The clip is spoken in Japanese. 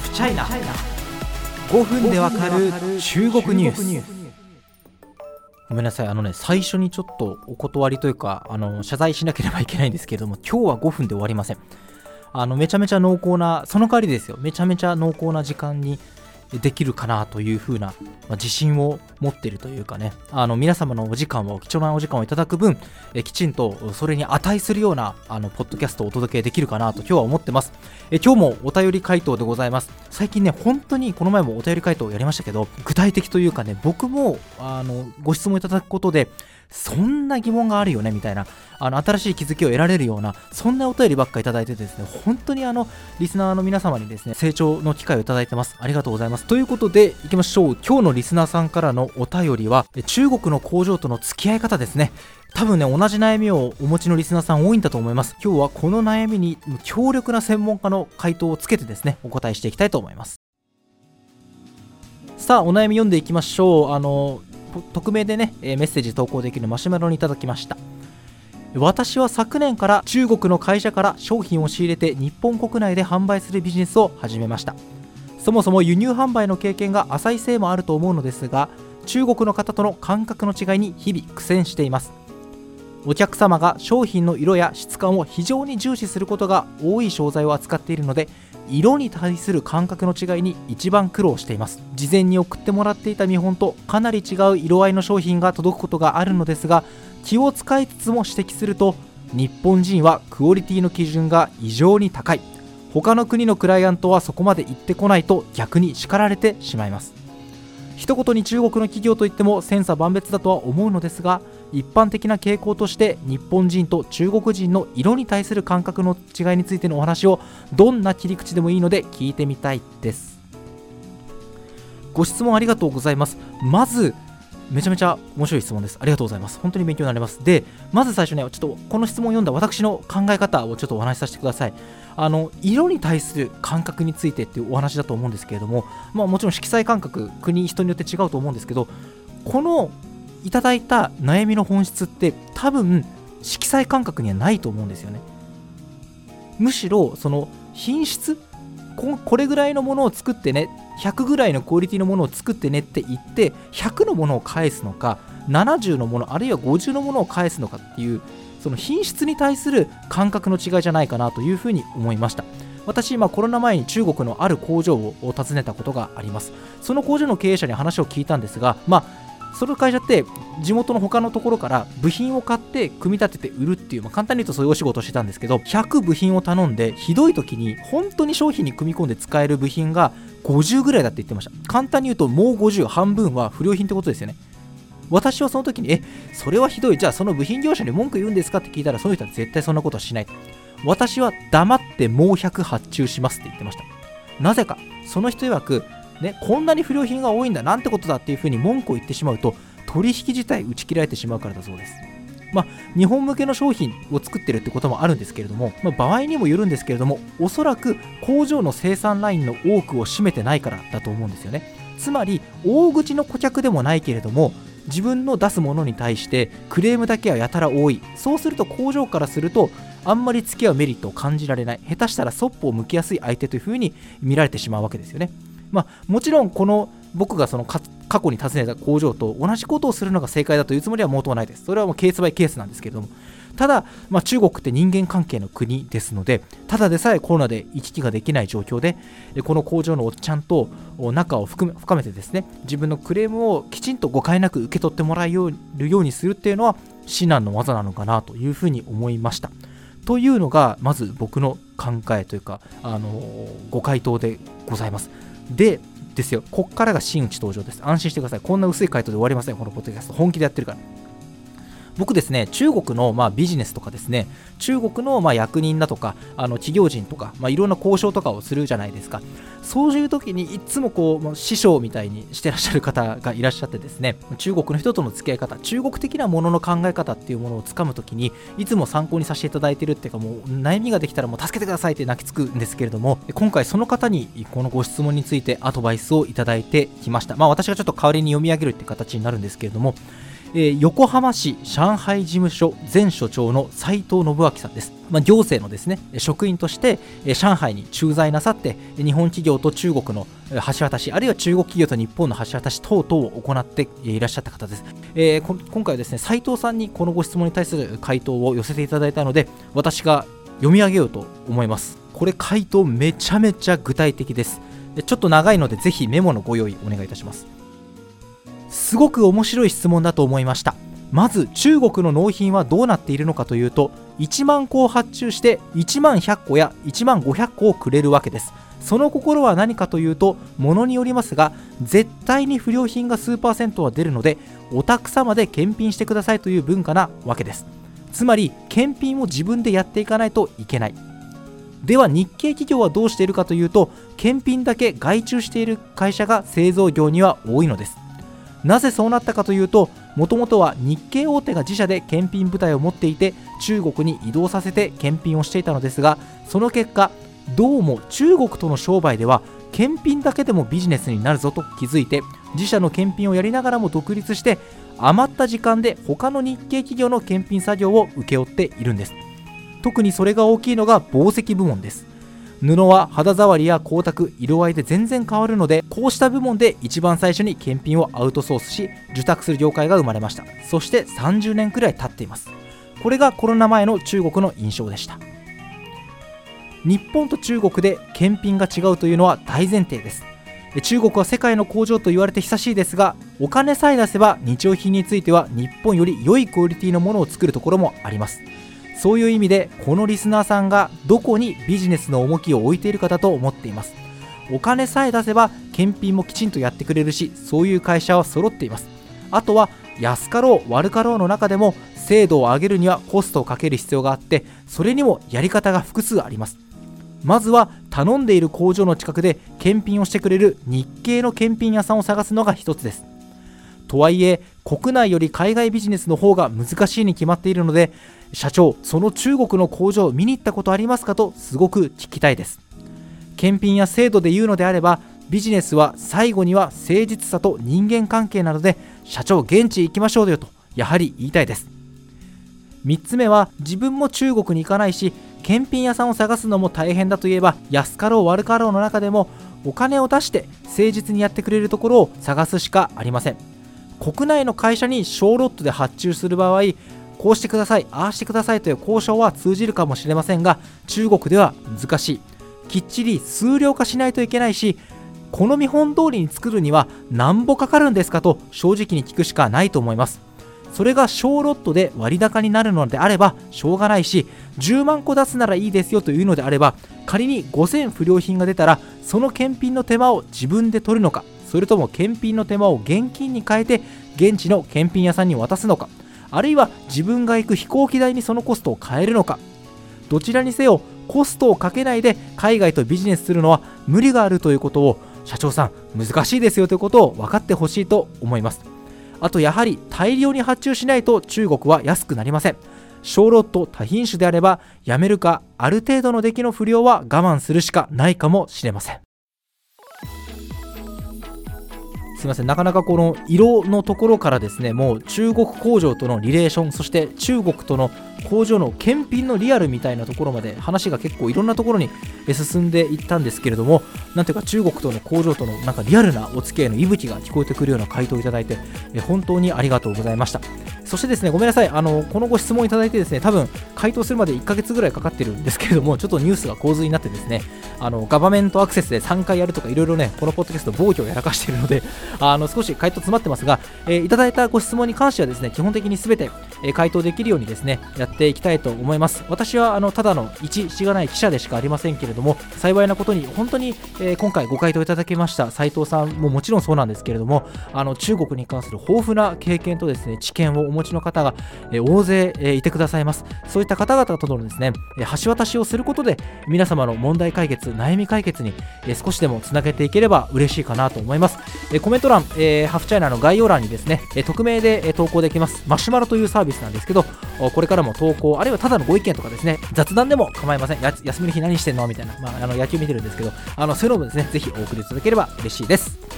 フチャイナ5分でわかる中国ニュース。ごめんなさい、最初にちょっとお断りというか謝罪しなければいけないんですけれども、今日は5分で終わりません。めちゃめちゃ濃厚な、その代わりですよ、めちゃめちゃ濃厚な時間にできるかなというふうな、自信を持っているというかね、皆様のお時間を、貴重なお時間をいただく分、きちんとそれに値するようなポッドキャストをお届けできるかなと今日は思ってます。今日もお便り回答でございます。最近ね、本当にこの前もお便り回答をやりましたけど、具体的というかね、僕もご質問いただくことでそんな疑問があるよねみたいな、新しい気づきを得られるような、そんなお便りばっかいただいてですね、本当にリスナーの皆様にですね、成長の機会をいただいてます。ありがとうございます。ということでいきましょう。今日のリスナーさんからのお便りは、中国の工場との付き合い方ですね。多分ね、同じ悩みをお持ちのリスナーさん多いんだと思います。今日はこの悩みに強力な専門家の回答をつけてですね、お答えしていきたいと思います。さあ、お悩み読んでいきましょう。匿名でね、メッセージ投稿できるマシュマロにいただきました。私は昨年から中国の会社から商品を仕入れて日本国内で販売するビジネスを始めました。そもそも輸入販売の経験が浅いせいもあると思うのですが、中国の方との感覚の違いに日々苦戦しています。お客様が商品の色や質感を非常に重視することが多い商材を扱っているので、色に対する感覚の違いに一番苦労しています。事前に送ってもらっていた見本とかなり違う色合いの商品が届くことがあるのですが、気を使いつつも指摘すると、日本人はクオリティの基準が異常に高い、他の国のクライアントはそこまで言ってこないと逆に叱られてしまいます。一言に中国の企業といっても千差万別だとは思うのですが、一般的な傾向として日本人と中国人の色に対する感覚の違いについてのお話をどんな切り口でもいいので聞いてみたいです。ご質問ありがとうございます。まずめちゃめちゃ面白い質問です。ありがとうございます。本当に勉強になります。で、まず最初ね、ちょっとこの質問を読んだ私の考え方をちょっとお話しさせてください。色に対する感覚についてっていうお話だと思うんですけれども、もちろん色彩感覚、国人によって違うと思うんですけど、このいただいた悩みの本質って多分色彩感覚にはないと思うんですよね。むしろその品質、これぐらいのものを作ってね、100ぐらいのクオリティのものを作ってねって言って100のものを返すのか、70のものあるいは50のものを返すのかっていう、その品質に対する感覚の違いじゃないかなというふうに思いました。私、コロナ前に中国のある工場を訪ねたことがあります。その工場の経営者に話を聞いたんですが、その会社って地元の他のところから部品を買って組み立てて売るっていう、簡単に言うとそういうお仕事をしてたんですけど、100部品を頼んでひどい時に本当に商品に組み込んで使える部品が50ぐらいだって言ってました。簡単に言うともう50、半分は不良品ってことですよね。私はその時にそれはひどい、じゃあその部品業者に文句言うんですかって聞いたら、その人は絶対そんなことはしない。私は黙ってもう100発注しますって言ってました。なぜか、その人曰くこんなに不良品が多いんだ、なんてことだっていうふうに文句を言ってしまうと取引自体打ち切られてしまうからだそうです。日本向けの商品を作ってるってこともあるんですけれども、場合にもよるんですけれども、おそらく工場の生産ラインの多くを占めてないからだと思うんですよね。つまり大口の顧客でもないけれども、自分の出すものに対してクレームだけはやたら多い。そうすると工場からするとあんまり付き合うメリットを感じられない、下手したらそっぽを向きやすい相手というふうに見られてしまうわけですよね。もちろんこの僕がその過去に訪ねた工場と同じことをするのが正解だというつもりは毛頭ないです。それはもうケースバイケースなんですけれども、ただ、中国って人間関係の国ですので、ただでさえコロナで行き来ができない状況で、この工場のおっちゃんと仲を深めてですね、自分のクレームをきちんと誤解なく受け取ってもらえるようにするっていうのは至難の技なのかなというふうに思いました。というのがまず僕の考えというか、ご回答でございます。ですよ、こっからが真打ち登場です。安心してください。こんな薄い回答で終わりません。このポッドキャスト本気でやってるから。僕ですね、中国のビジネスとかですね、中国の役人だとか企業人とか、いろんな交渉とかをするじゃないですか。そういう時にいつも師匠みたいにしてらっしゃる方がいらっしゃってですね、中国の人との付き合い方、中国的なものの考え方っていうものをつかむ時にいつも参考にさせていただいてるっていうか、もう悩みができたらもう助けてくださいって泣きつくんですけれども、今回その方にこのご質問についてアドバイスをいただいてきました。私がちょっと代わりに読み上げるって形になるんですけれども、 横浜市上海事務所前所長の斉藤信明さんです。行政のですね職員として上海に駐在なさって、日本企業と中国の橋渡し、あるいは中国企業と日本の橋渡し等々を行っていらっしゃった方です。今回はですね斉藤さんにこのご質問に対する回答を寄せていただいたので、私が読み上げようと思います。これ回答めちゃめちゃ具体的です。ちょっと長いのでぜひメモのご用意お願いいたします。すごく面白い質問だと思いました。まず中国の納品はどうなっているのかというと、1万個を発注して1万100個や1万500個をくれるわけです。その心は何かというと、ものによりますが絶対に不良品が数%は出るので、お宅様で検品してくださいという文化なわけです。つまり検品を自分でやっていかないといけない。では日系企業はどうしているかというと、検品だけ外注している会社が製造業には多いのです。なぜそうなったかというと、もともとは日系大手が自社で検品部隊を持っていて、中国に移動させて検品をしていたのですが、その結果どうも中国との商売では検品だけでもビジネスになるぞと気づいて、自社の検品をやりながらも独立して、余った時間で他の日系企業の検品作業を請け負っているんです。特にそれが大きいのが紡績部門です。布は肌触りや光沢、色合いで全然変わるので、こうした部門で一番最初に検品をアウトソースし受託する業界が生まれました。そして30年くらい経っています。これがコロナ前の中国の印象でした。日本と中国で検品が違うというのは大前提です。中国は世界の工場と言われて久しいですが、お金さえ出せば日用品については日本より良いクオリティのものを作るところもあります。そういう意味でこのリスナーさんがどこにビジネスの重きを置いているかだと思っています。お金さえ出せば検品もきちんとやってくれるし、そういう会社は揃っています。あとは安かろう悪かろうの中でも精度を上げるにはコストをかける必要があって、それにもやり方が複数あります。まずは頼んでいる工場の近くで検品をしてくれる日系の検品屋さんを探すのが一つです。とはいえ国内より海外ビジネスの方が難しいに決まっているので、社長、その中国の工場を見に行ったことありますかとすごく聞きたいです。検品や制度で言うのであれば、ビジネスは最後には誠実さと人間関係なので、社長現地行きましょうよとやはり言いたいです。3つ目は、自分も中国に行かないし検品屋さんを探すのも大変だといえば、安かろう悪かろうの中でもお金を出して誠実にやってくれるところを探すしかありません。国内の会社に小ロットで発注する場合、こうしてください、ああしてくださいという交渉は通じるかもしれませんが、中国では難しい。きっちり数量化しないといけないし、この見本通りに作るには何ぼかかるんですかと正直に聞くしかないと思います。それが小ロットで割高になるのであればしょうがないし、10万個出すならいいですよというのであれば、仮に5000不良品が出たらその検品の手間を自分で取るのか、それとも検品の手間を現金に変えて現地の検品屋さんに渡すのか、あるいは自分が行く飛行機代にそのコストを変えるのか、どちらにせよコストをかけないで海外とビジネスするのは無理があるということを、社長さん難しいですよということを分かってほしいと思います。あとやはり大量に発注しないと中国は安くなりません。小ロット多品種であればやめるか、ある程度の出来の不良は我慢するしかないかもしれません。すいません、なかなかこの色のところからですね、もう中国工場とのリレーション、そして中国との工場の検品のリアルみたいなところまで話が結構いろんなところに進んでいったんですけれども、なんていうか中国との工場とのなんかリアルなお付き合いの息吹が聞こえてくるような回答をいただいて本当にありがとうございました。そしてですね、ごめんなさい、このご質問いただいてですね、多分回答するまで1ヶ月ぐらいかかってるんですけれども、ちょっとニュースが洪水になってですね、ガバメントアクセスで3回やるとかいろいろね、このポッドキャスト防御をやらかしているので少し回答詰まってますが、いただいたご質問に関してはですね、基本的に全て回答できるようにですねやっていきたいと思います。私はただの一しがない記者でしかありませんけれども、幸いなことに本当に、今回ご回答いただきました斉藤さんももちろんそうなんですけれども、中国に関する豊富な経験とですね知見をお持ちの方が、大勢、いてくださいます。そういった方々とのですね橋渡しをすることで皆様の問題解決、悩み解決に少しでもつなげていければ嬉しいかなと思います。コメント欄、ハフチャイナの概要欄にですね匿名で投稿できますマシュマロというサービスなんですけど、これからも投稿、あるいはただのご意見とかですね、雑談でも構いません。休みの日何してんのみたいな、野球見てるんですけど、そういうのもですねぜひお送りいただければ嬉しいです。